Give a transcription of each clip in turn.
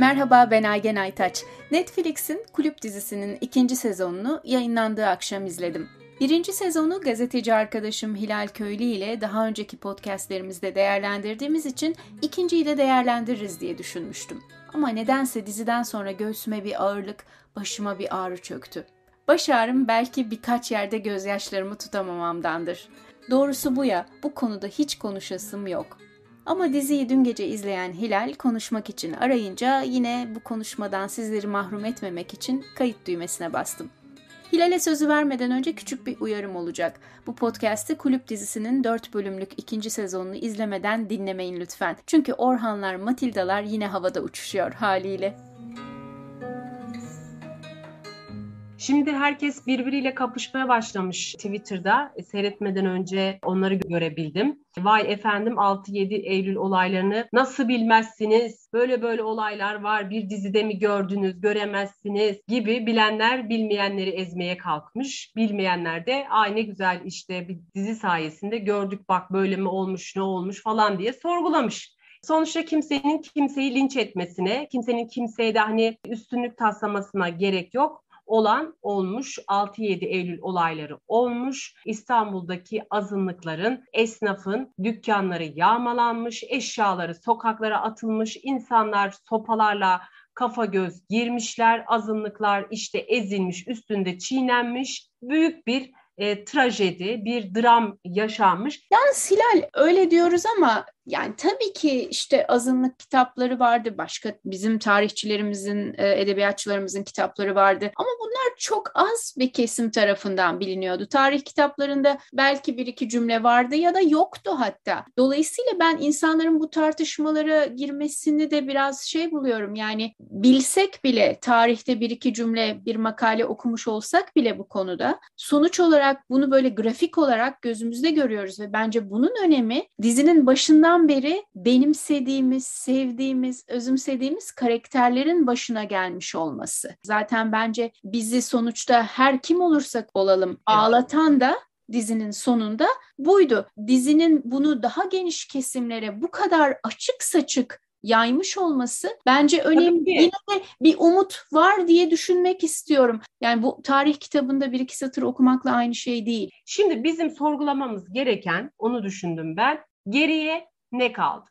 Merhaba, ben Aygen Aytaç. Netflix'in Kulüp dizisinin 2. sezonunu yayınlandığı akşam izledim. 1. sezonu gazeteci arkadaşım Hilal Köylü ile daha önceki podcastlerimizde değerlendirdiğimiz için 2.'yi de değerlendiririz diye düşünmüştüm. Ama nedense diziden sonra göğsüme bir ağırlık, başıma bir ağrı çöktü. Baş ağrım belki birkaç yerde gözyaşlarımı tutamamamdandır. Doğrusu bu ya, bu konuda hiç konuşasım yok. Ama diziyi dün gece izleyen Hilal konuşmak için arayınca yine bu konuşmadan sizleri mahrum etmemek için kayıt düğmesine bastım. Hilal'e sözü vermeden önce küçük bir uyarım olacak. Bu podcast'ı Kulüp dizisinin 4 bölümlük 2. sezonunu izlemeden dinlemeyin lütfen. Çünkü Orhanlar, Matildalar yine havada uçuşuyor haliyle. Şimdi herkes birbiriyle kapışmaya başlamış Twitter'da. Seyretmeden önce onları görebildim. Vay efendim 6-7 Eylül olaylarını nasıl bilmezsiniz? Böyle olaylar var. Bir dizide mi gördünüz, göremezsiniz gibi bilenler bilmeyenleri ezmeye kalkmış. Bilmeyenler de ay ne güzel işte bir dizi sayesinde gördük bak böyle mi olmuş, ne olmuş falan diye sorgulamış. Sonuçta kimsenin kimseyi linç etmesine, kimsenin kimseye de hani üstünlük taslamasına gerek yok. Olan olmuş, 6-7 Eylül olayları olmuş. İstanbul'daki azınlıkların, esnafın dükkanları yağmalanmış, eşyaları sokaklara atılmış, insanlar sopalarla kafa göz girmişler, azınlıklar işte ezilmiş, üstünde çiğnenmiş, büyük bir trajedi, bir dram yaşanmış. Yalnız Hilal öyle diyoruz ama yani tabii ki işte azınlık kitapları vardı, başka bizim tarihçilerimizin, edebiyatçılarımızın kitapları vardı. Ama bunlar çok az bir kesim tarafından biliniyordu. Tarih kitaplarında belki bir iki cümle vardı ya da yoktu hatta. Dolayısıyla ben insanların bu tartışmalara girmesini de biraz buluyorum. Yani bilsek bile, tarihte bir iki cümle, bir makale okumuş olsak bile bu konuda, sonuç olarak bunu böyle grafik olarak gözümüzde görüyoruz ve bence bunun önemi dizinin başından beri benimsediğimiz, sevdiğimiz, özümsediğimiz karakterlerin başına gelmiş olması. Zaten bence bizi sonuçta her kim olursak olalım ağlatan da dizinin sonunda buydu. Dizinin bunu daha geniş kesimlere bu kadar açık saçık yaymış olması bence önemli. Yine de bir umut var diye düşünmek istiyorum. Yani bu tarih kitabında bir iki satır okumakla aynı şey değil. Şimdi bizim sorgulamamız gereken, onu düşündüm ben, geriye ne kaldı?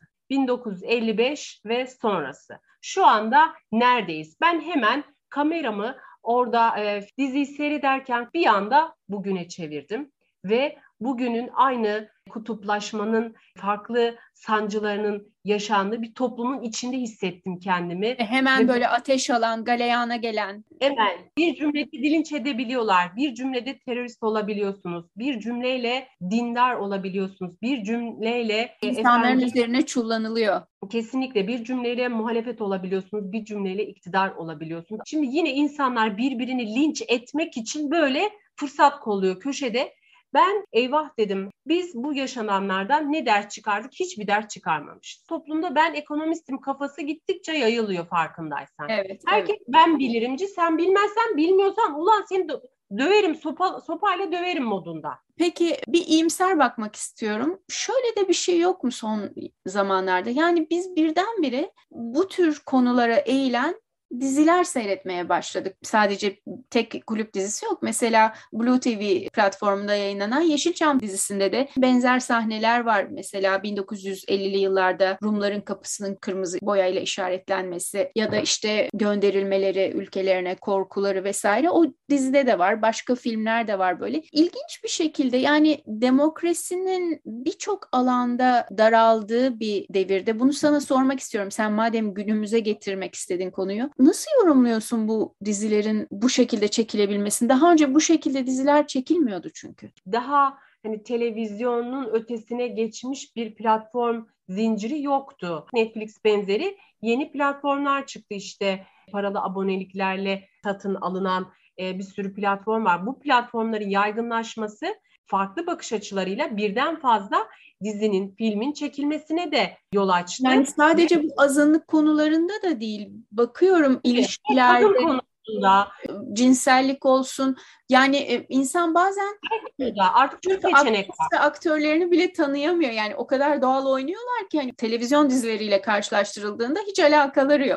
1955 ve sonrası. Şu anda neredeyiz? Ben hemen kameramı orada diziyi seyrederken bir anda bugüne çevirdim ve bugünün aynı kutuplaşmanın farklı sancılarının yaşandığı bir toplumun içinde hissettim kendimi. Hemen böyle ateş alan, galeyana gelen. Hemen bir cümlede dilinç edebiliyorlar. Bir cümlede terörist olabiliyorsunuz. Bir cümleyle dindar olabiliyorsunuz. Bir cümleyle insanların üzerine çullanılıyor. Kesinlikle bir cümleyle muhalefet olabiliyorsunuz. Bir cümleyle iktidar olabiliyorsunuz. Şimdi yine insanlar birbirini linç etmek için böyle fırsat kolluyor köşede. Ben eyvah dedim, biz bu yaşananlardan ne ders çıkardık? Hiçbir ders çıkarmamışız. Toplumda ben ekonomistim kafası gittikçe yayılıyor farkındaysan. Evet, herkes ben bilirimci, sen bilmezsen bilmiyorsan ulan seni döverim sopayla döverim modunda. Peki bir iyimser bakmak istiyorum. Şöyle de bir şey yok mu son zamanlarda? Yani biz birdenbire bu tür konulara eğilen diziler seyretmeye başladık. Sadece tek kulüp dizisi yok. Mesela Blue TV platformunda yayınlanan Yeşilçam dizisinde de benzer sahneler var. Mesela 1950'li yıllarda Rumların kapısının kırmızı boyayla işaretlenmesi ya da işte gönderilmeleri ülkelerine, korkuları vesaire o dizide de var. Başka filmler de var böyle. İlginç bir şekilde yani demokrasinin birçok alanda daraldığı bir devirde bunu sana sormak istiyorum. Sen madem günümüze getirmek istedin konuyu. Nasıl yorumluyorsun bu dizilerin bu şekilde çekilebilmesini? Daha önce bu şekilde diziler çekilmiyordu çünkü. Daha hani televizyonun ötesine geçmiş bir platform zinciri yoktu. Netflix benzeri yeni platformlar çıktı işte. Paralı aboneliklerle satın alınan bir sürü platform var. Bu platformların yaygınlaşması farklı bakış açılarıyla birden fazla dizinin, filmin çekilmesine de yol açtı. Yani sadece bu azınlık konularında da değil. Bakıyorum ilişkilerde, konusunda, cinsellik olsun. Yani insan bazen artık çok seçenek var. Aktörlerini bile tanıyamıyor. Yani o kadar doğal oynuyorlar ki hani televizyon dizileriyle karşılaştırıldığında hiç alakaları yok.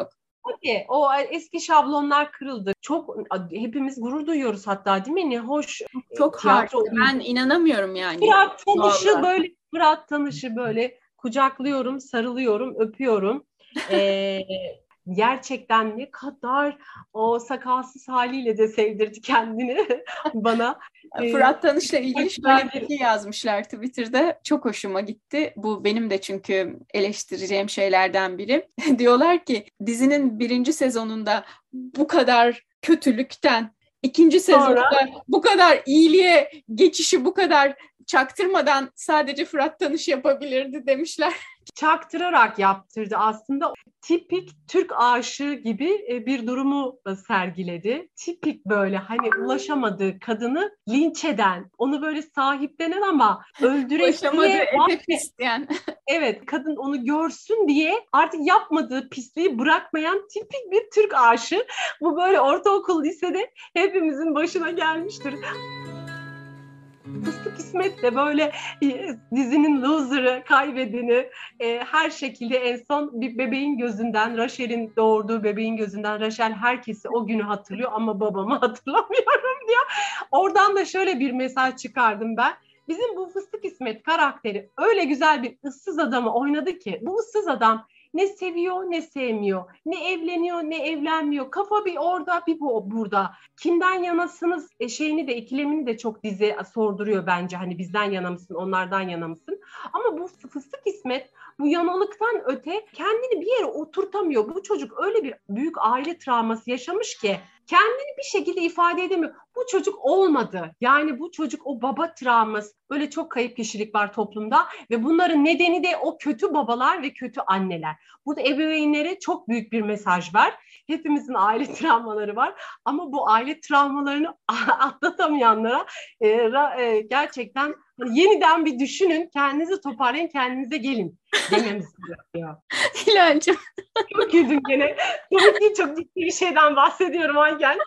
Tabii o eski şablonlar kırıldı. Çok hepimiz gurur duyuyoruz hatta, değil mi? Ne hoş Çok harika. tiyatro Ben inanamıyorum yani. Fırat Vallahi. böyle Fırat Tanış'ı böyle kucaklıyorum, sarılıyorum, öpüyorum. Ee, Gerçekten ne kadar o sakalsız haliyle de sevdirdi kendini bana. Fırat Tanış'la ilgili Çok şöyle güzel bir bir şey yazmışlar Twitter'da. Çok hoşuma gitti. Bu benim de çünkü eleştireceğim şeylerden biri. Diyorlar ki dizinin 1. sezonunda bu kadar kötülükten, 2. sezonda sonra bu kadar iyiliğe geçişi bu kadar çaktırmadan sadece Fırat Tanış yapabilirdi demişler. çaktırarak yaptırdı aslında. Tipik Türk aşığı gibi bir durumu sergiledi. Tipik böyle hani ulaşamadığı kadını linç eden, onu böyle sahiplenen ama öldürek Ulaşamadığı diye ete isteyen. evet, kadın onu görsün diye artık yapmadığı pisliği bırakmayan tipik bir Türk aşığı. Bu böyle ortaokul, lisede hepimizin başına gelmiştir. Fıstık İsmet de böyle dizinin loser'ı, kaybedeni, her şekilde en son bir bebeğin gözünden, Rachel'in doğurduğu bebeğin gözünden, Rachel herkesi o günü hatırlıyor ama babamı hatırlamıyorum diyor. Oradan da şöyle bir mesaj çıkardım ben. Bizim bu Fıstık İsmet karakteri öyle güzel bir ıssız adamı oynadı ki, bu ıssız adam ne seviyor ne sevmiyor, ne evleniyor ne evlenmiyor. Kafa bir orada bir burada. Kimden yanasınız şeyini de, ikilemini de çok dizi sorduruyor bence. Hani bizden yana mısın, onlardan yana mısın? Ama bu Fıstık İsmet bu yanalıktan öte kendini bir yere oturtamıyor. Bu çocuk öyle bir büyük aile travması yaşamış ki kendini bir şekilde ifade edemiyor. Bu çocuk olmadı. Yani bu çocuk o baba travması. Böyle çok kayıp kişilik var toplumda ve bunların nedeni de o kötü babalar ve kötü anneler. Burada ebeveynlere çok büyük bir mesaj var. Hepimizin aile travmaları var ama bu aile travmalarını atlatamayanlara gerçekten yeniden bir düşünün, kendinizi toparlayın, kendinize gelin dememiz gerekiyor. Hilal'cığım. Çok güldüm gene. Demek ki çok ciddi bir şeyden bahsediyorum Aygen.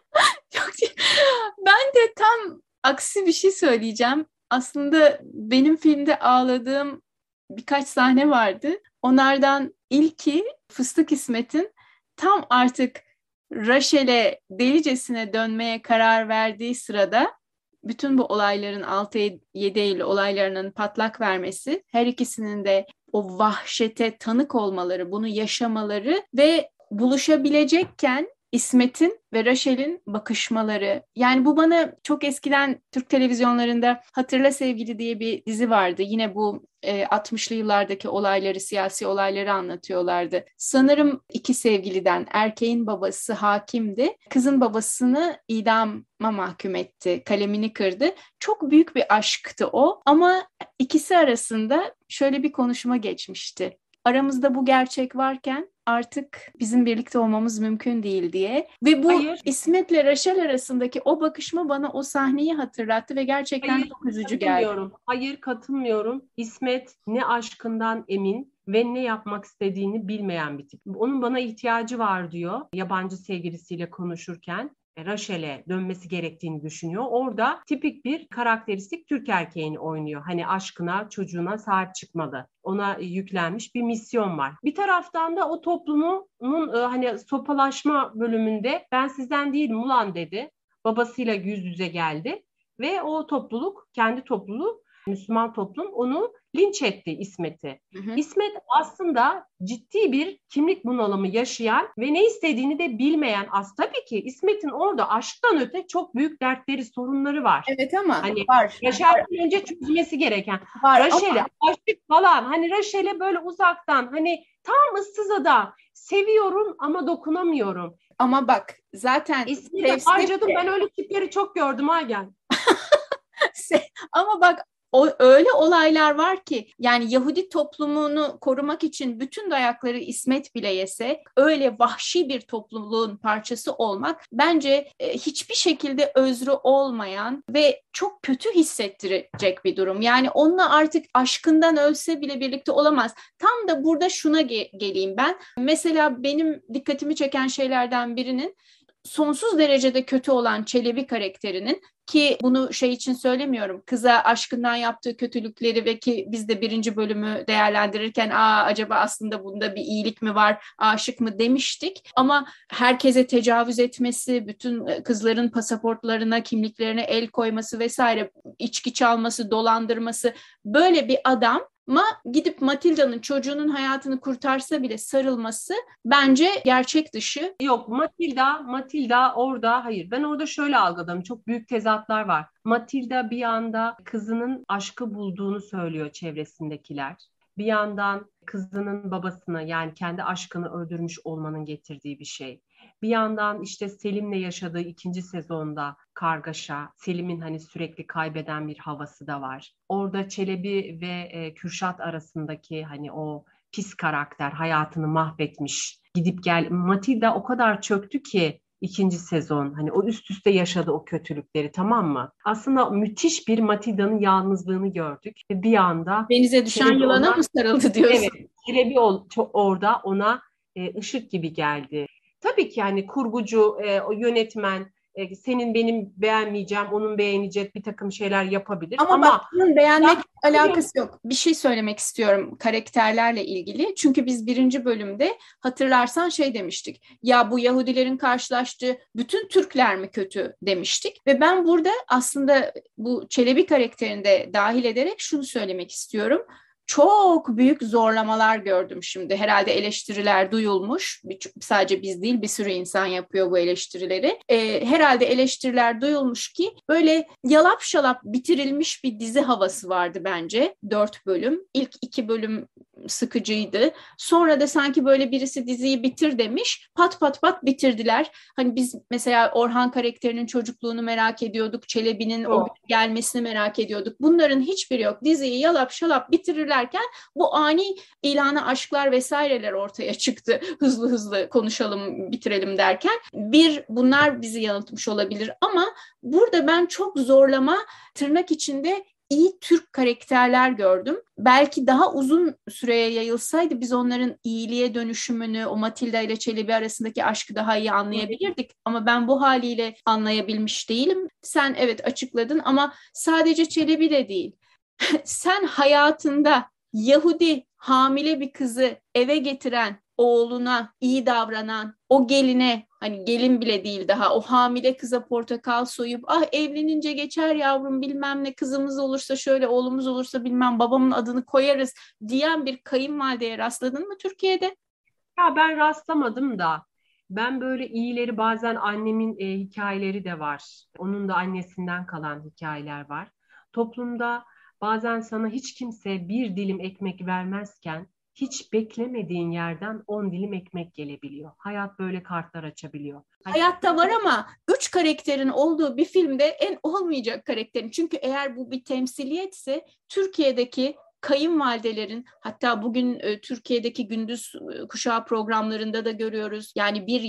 Ben de tam aksi bir şey söyleyeceğim. Aslında benim filmde ağladığım birkaç sahne vardı. Onlardan ilki Fıstık İsmet'in tam artık Rachel'e delicesine dönmeye karar verdiği sırada bütün bu olayların 6-7 Eylül olaylarının patlak vermesi, her ikisinin de o vahşete tanık olmaları, bunu yaşamaları ve buluşabilecekken İsmet'in ve Rachel'in bakışmaları. Yani bu bana çok eskiden Türk televizyonlarında Hatırla Sevgili diye bir dizi vardı. Yine bu 60'lı yıllardaki olayları, siyasi olayları anlatıyorlardı. Sanırım iki sevgiliden erkeğin babası hakimdi. Kızın babasını idama mahkum etti. Kalemini kırdı. Çok büyük bir aşktı o. Ama ikisi arasında şöyle bir konuşma geçmişti. Aramızda bu gerçek varken artık bizim birlikte olmamız mümkün değil diye. Ve bu İsmet'le Rachel arasındaki o bakışma bana o sahneyi hatırlattı ve gerçekten çok üzücü geldi. Hayır, katılmıyorum. İsmet ne aşkından emin ve ne yapmak istediğini bilmeyen bir tip. Onun bana ihtiyacı var diyor yabancı sevgilisiyle konuşurken. Rachel'e dönmesi gerektiğini düşünüyor. Orada tipik bir karakteristik Türk erkeğini oynuyor. Hani aşkına, çocuğuna sahip çıkmalı. Ona yüklenmiş bir misyon var. Bir taraftan da o toplumun hani sopalaşma bölümünde ben sizden değilim ulan dedi. Babasıyla yüz yüze geldi ve o topluluk, kendi topluluğu, Müslüman toplum onu linç etti İsmet'i. İsmet aslında ciddi bir kimlik bunalımı yaşayan ve ne istediğini de bilmeyen, tabii ki İsmet'in orada aşktan öte çok büyük dertleri, sorunları var. Evet ama hani var. Rachel'den önce çözülmesi gereken. Rachel'e aşık falan, hani Rachel'e böyle uzaktan, hani tam ıssız adam, seviyorum ama dokunamıyorum. Ama bak zaten İsmet'e harcadım, ben öyle tipleri çok gördüm Aygen. Ama bak öyle olaylar var ki yani Yahudi toplumunu korumak için bütün dayakları İsmet bile yese öyle vahşi bir topluluğun parçası olmak bence hiçbir şekilde özrü olmayan ve çok kötü hissettirecek bir durum. Yani onunla artık aşkından ölse bile birlikte olamaz. Tam da burada şuna geleyim ben. Mesela benim dikkatimi çeken şeylerden birinin sonsuz derecede kötü olan Çelebi karakterinin, ki bunu şey için söylemiyorum, kıza aşkından yaptığı kötülükleri ve ki biz de 1. bölümü değerlendirirken acaba aslında bunda bir iyilik mi var, aşık mı demiştik, ama herkese tecavüz etmesi, bütün kızların pasaportlarına, kimliklerine el koyması vesaire, içki çalması, dolandırması, böyle bir adam gidip Matilda'nın, çocuğunun hayatını kurtarsa bile sarılması bence gerçek dışı. Yok, Matilda orada, hayır, ben orada şöyle algıladım, çok büyük tezatlar var. Matilda bir yanda kızının aşkı bulduğunu söylüyor çevresindekiler. Bir yandan kızının babasını, yani kendi aşkını öldürmüş olmanın getirdiği bir şey. Bir yandan işte Selim'le yaşadığı 2. sezonda kargaşa, Selim'in hani sürekli kaybeden bir havası da var. Orada Çelebi ve Kürşat arasındaki hani o pis karakter hayatını mahvetmiş. Gidip gel, Matilda o kadar çöktü ki 2. sezon, hani o üst üste yaşadı o kötülükleri, tamam mı? Aslında müthiş bir Matilda'nın yalnızlığını gördük ve bir anda Denize düşen Çelebi yılana mı sarıldı diyorsun? evet, Çelebi orada ona ışık gibi geldi. Tabii ki hani kurgucu, o yönetmen senin benim beğenmeyeceğim, onun beğenecek bir takım şeyler yapabilir. Ama bak, bunun beğenmekle Ya, alakası yok. Bir şey söylemek istiyorum karakterlerle ilgili. Çünkü biz 1. bölümde hatırlarsan şey demiştik. Ya bu Yahudilerin karşılaştığı bütün Türkler mi kötü demiştik. Ve ben burada aslında bu Çelebi karakterini de dahil ederek şunu söylemek istiyorum. Çok büyük zorlamalar gördüm şimdi. Herhalde eleştiriler duyulmuş. Sadece biz değil, bir sürü insan yapıyor bu eleştirileri. Herhalde eleştiriler duyulmuş ki böyle yalap şalap bitirilmiş bir dizi havası vardı bence. 4 bölüm. İlk 2 bölüm sıkıcıydı. Sonra da sanki böyle birisi diziyi bitir demiş. Pat pat pat bitirdiler. Hani biz mesela Orhan karakterinin çocukluğunu merak ediyorduk. Çelebi'nin o gelmesini merak ediyorduk. Bunların hiçbiri yok. Diziyi yalap şalap bitirirlerken bu ani ilana aşklar vesaireler ortaya çıktı. Hızlı hızlı konuşalım, bitirelim derken. Bunlar bizi yanıltmış olabilir ama burada ben çok zorlama, tırnak içinde iyi Türk karakterler gördüm. Belki daha uzun süreye yayılsaydı biz onların iyiliğe dönüşümünü, o Matilda ile Çelebi arasındaki aşkı daha iyi anlayabilirdik. Ama ben bu haliyle anlayabilmiş değilim. Sen evet açıkladın ama sadece Çelebi de değil. Sen hayatında Yahudi hamile bir kızı eve getiren, oğluna iyi davranan, o geline, hani gelin bile değil daha, o hamile kıza portakal soyup evlenince geçer yavrum bilmem ne, kızımız olursa şöyle, oğlumuz olursa bilmem babamın adını koyarız diyen bir kayınvalideye rastladın mı Türkiye'de? Ya ben rastlamadım da, ben böyle iyileri, bazen annemin hikayeleri de var. Onun da annesinden kalan hikayeler var. Toplumda bazen sana hiç kimse bir dilim ekmek vermezken hiç beklemediğin yerden 10 dilim ekmek gelebiliyor. Hayat böyle kartlar açabiliyor. Hayatta var ama 3 karakterin olduğu bir filmde en olmayacak karakterin. Çünkü eğer bu bir temsiliyetse Türkiye'deki kayınvalidelerin, hatta bugün Türkiye'deki gündüz kuşağı programlarında da görüyoruz. Yani bir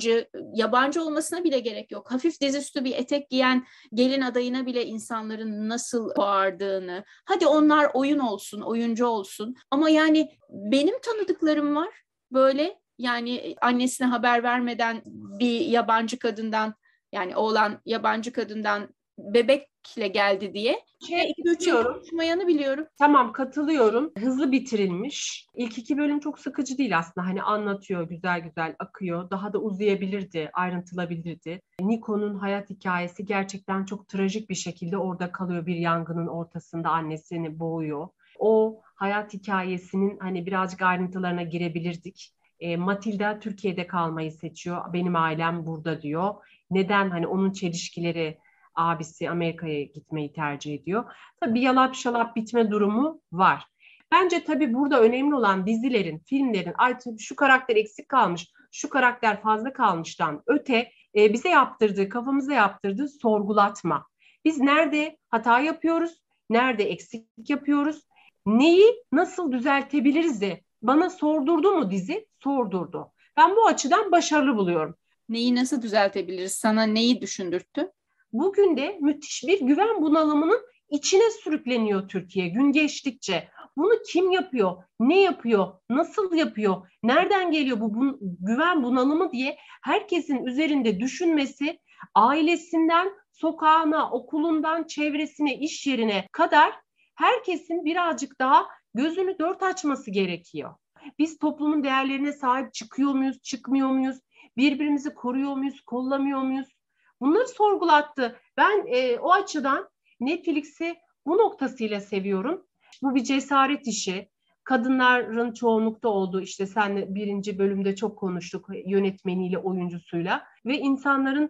yabancı olmasına bile gerek yok. Hafif dizüstü bir etek giyen gelin adayına bile insanların nasıl bağırdığını. Hadi onlar oyun olsun, oyuncu olsun. Ama yani benim tanıdıklarım var böyle. Yani annesine haber vermeden bir yabancı kadından, yani oğlan yabancı kadından bebekle geldi diye. 2-3 yıl konuşmayanı biliyorum. Tamam, katılıyorum. Hızlı bitirilmiş. İlk 2 bölüm çok sıkıcı değil aslında. Hani anlatıyor, güzel güzel akıyor. Daha da uzayabilirdi, ayrıntılabilirdi. Nico'nun hayat hikayesi gerçekten çok trajik bir şekilde orada kalıyor. Bir yangının ortasında annesini boğuyor. O hayat hikayesinin hani birazcık ayrıntılarına girebilirdik. Matilda Türkiye'de kalmayı seçiyor. Benim ailem burada diyor. Neden? Hani onun çelişkileri, abisi Amerika'ya gitmeyi tercih ediyor. Tabii yalap şalap bitme durumu var. Bence tabii burada önemli olan dizilerin, filmlerin şu karakter eksik kalmış, şu karakter fazla kalmıştan öte bize yaptırdığı, kafamıza yaptırdığı sorgulatma. Biz nerede hata yapıyoruz, nerede eksik yapıyoruz, neyi nasıl düzeltebiliriz de bana sordurdu mu dizi? Sordurdu. Ben bu açıdan başarılı buluyorum. Neyi nasıl düzeltebiliriz? Sana neyi düşündürttü? Bugün de müthiş bir güven bunalımının içine sürükleniyor Türkiye gün geçtikçe. Bunu kim yapıyor? Ne yapıyor? Nasıl yapıyor? Nereden geliyor bu güven bunalımı diye herkesin üzerinde düşünmesi, ailesinden sokağına, okulundan çevresine, iş yerine kadar herkesin birazcık daha gözünü dört açması gerekiyor. Biz toplumun değerlerine sahip çıkıyor muyuz, çıkmıyor muyuz? Birbirimizi koruyor muyuz, kollamıyor muyuz? Bunları sorgulattı. Ben o açıdan Netflix'i bu noktasıyla seviyorum. Bu bir cesaret işi. Kadınların çoğunlukta olduğu, işte senle birinci bölümde çok konuştuk, yönetmeniyle, oyuncusuyla ve insanların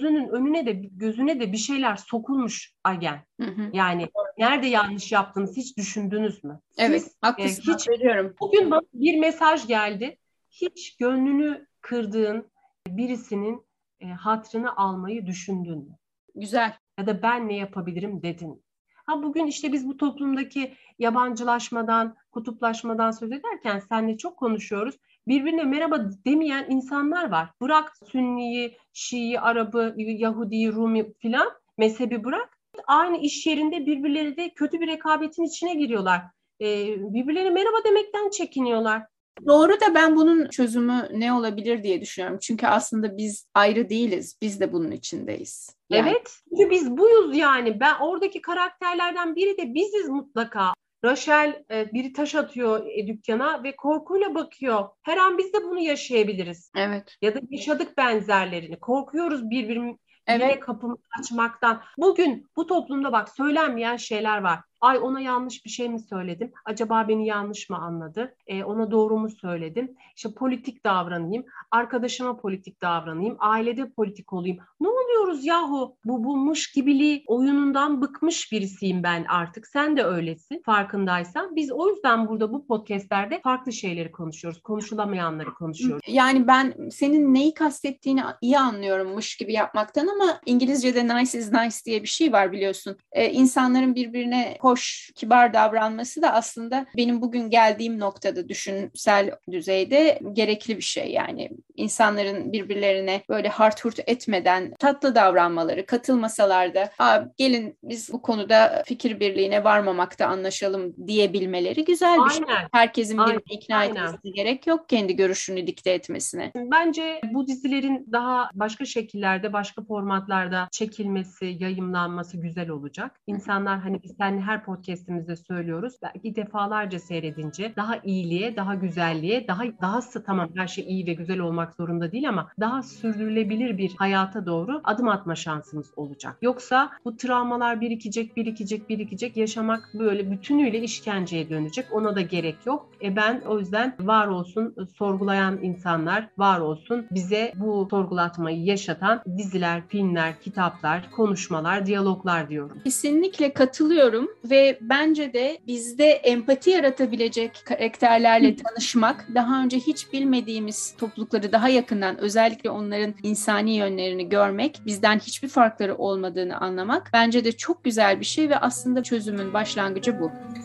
gözüne de bir şeyler sokulmuş Aygen. Hı hı. Yani nerede yanlış yaptınız hiç düşündünüz mü? Evet, haklısın. Hiç Veriyorum. bugün bana bir mesaj geldi. Hiç gönlünü kırdığın birisinin hatrını almayı düşündün mü? Güzel. Ya da ben ne yapabilirim dedin. Ha, bugün işte biz bu toplumdaki yabancılaşmadan, kutuplaşmadan söz ederken seninle çok konuşuyoruz. Birbirine merhaba demeyen insanlar var. Bırak Sünniyi, Şii'yi, Arap'ı, Yahudi'yi, Rumi filan, mezhebi bırak. Aynı iş yerinde birbirleri de kötü bir rekabetin içine giriyorlar. Birbirlerine merhaba demekten çekiniyorlar. Doğru da ben bunun çözümü ne olabilir diye düşünüyorum. Çünkü aslında biz ayrı değiliz. Biz de bunun içindeyiz. Yani. Evet. Çünkü biz buyuz yani. Ben oradaki karakterlerden biri de biziz mutlaka. Rachel biri taş atıyor dükkana ve korkuyla bakıyor. Her an biz de bunu yaşayabiliriz. Evet. Ya da yaşadık benzerlerini. Korkuyoruz birbirine Evet. kapımı açmaktan. Bugün bu toplumda bak söylenmeyen şeyler var. Ay, ona yanlış bir şey mi söyledim? Acaba beni yanlış mı anladı? Ona doğru mu söyledim? İşte politik davranayım, arkadaşıma politik davranayım, ailede politik olayım. Ne oluyoruz yahu? Bu mış gibiliği oyunundan bıkmış birisiyim ben artık. Sen de öylesin farkındaysan. Biz o yüzden burada bu podcastlerde farklı şeyleri konuşuyoruz. Konuşulamayanları konuşuyoruz. Yani ben senin neyi kastettiğini iyi anlıyorummuş gibi yapmaktan ama İngilizce'de nice is nice diye bir şey var biliyorsun. İnsanların birbirine hoş, kibar davranması da aslında benim bugün geldiğim noktada düşünsel düzeyde gerekli bir şey. Yani insanların birbirlerine böyle hart hurt etmeden tatlı davranmaları, katılmasalar da gelin biz bu konuda fikir birliğine varmamakta anlaşalım diyebilmeleri güzel bir şey. Herkesin birbirini ikna etmesine gerek yok, kendi görüşünü dikte etmesine. Bence bu dizilerin daha başka şekillerde, başka formatlarda çekilmesi, yayımlanması güzel olacak. İnsanlar, hani biz seninle her podcastimizde söylüyoruz, belki defalarca seyredince daha iyiliğe, daha güzelliğe, dahası tamam her şey iyi ve güzel olmak zorunda değil ama daha sürdürülebilir bir hayata doğru adım atma şansımız olacak. Yoksa bu travmalar birikecek, yaşamak böyle bütünüyle işkenceye dönecek. Ona da gerek yok. Ben o yüzden var olsun sorgulayan insanlar, var olsun bize bu sorgulatmayı yaşatan diziler, filmler, kitaplar, konuşmalar, diyaloglar diyorum. Kesinlikle katılıyorum ve bence de bizde empati yaratabilecek karakterlerle tanışmak, daha önce hiç bilmediğimiz toplulukları daha yakından, özellikle onların insani yönlerini görmek, bizden hiçbir farkları olmadığını anlamak bence de çok güzel bir şey ve aslında çözümün başlangıcı bu.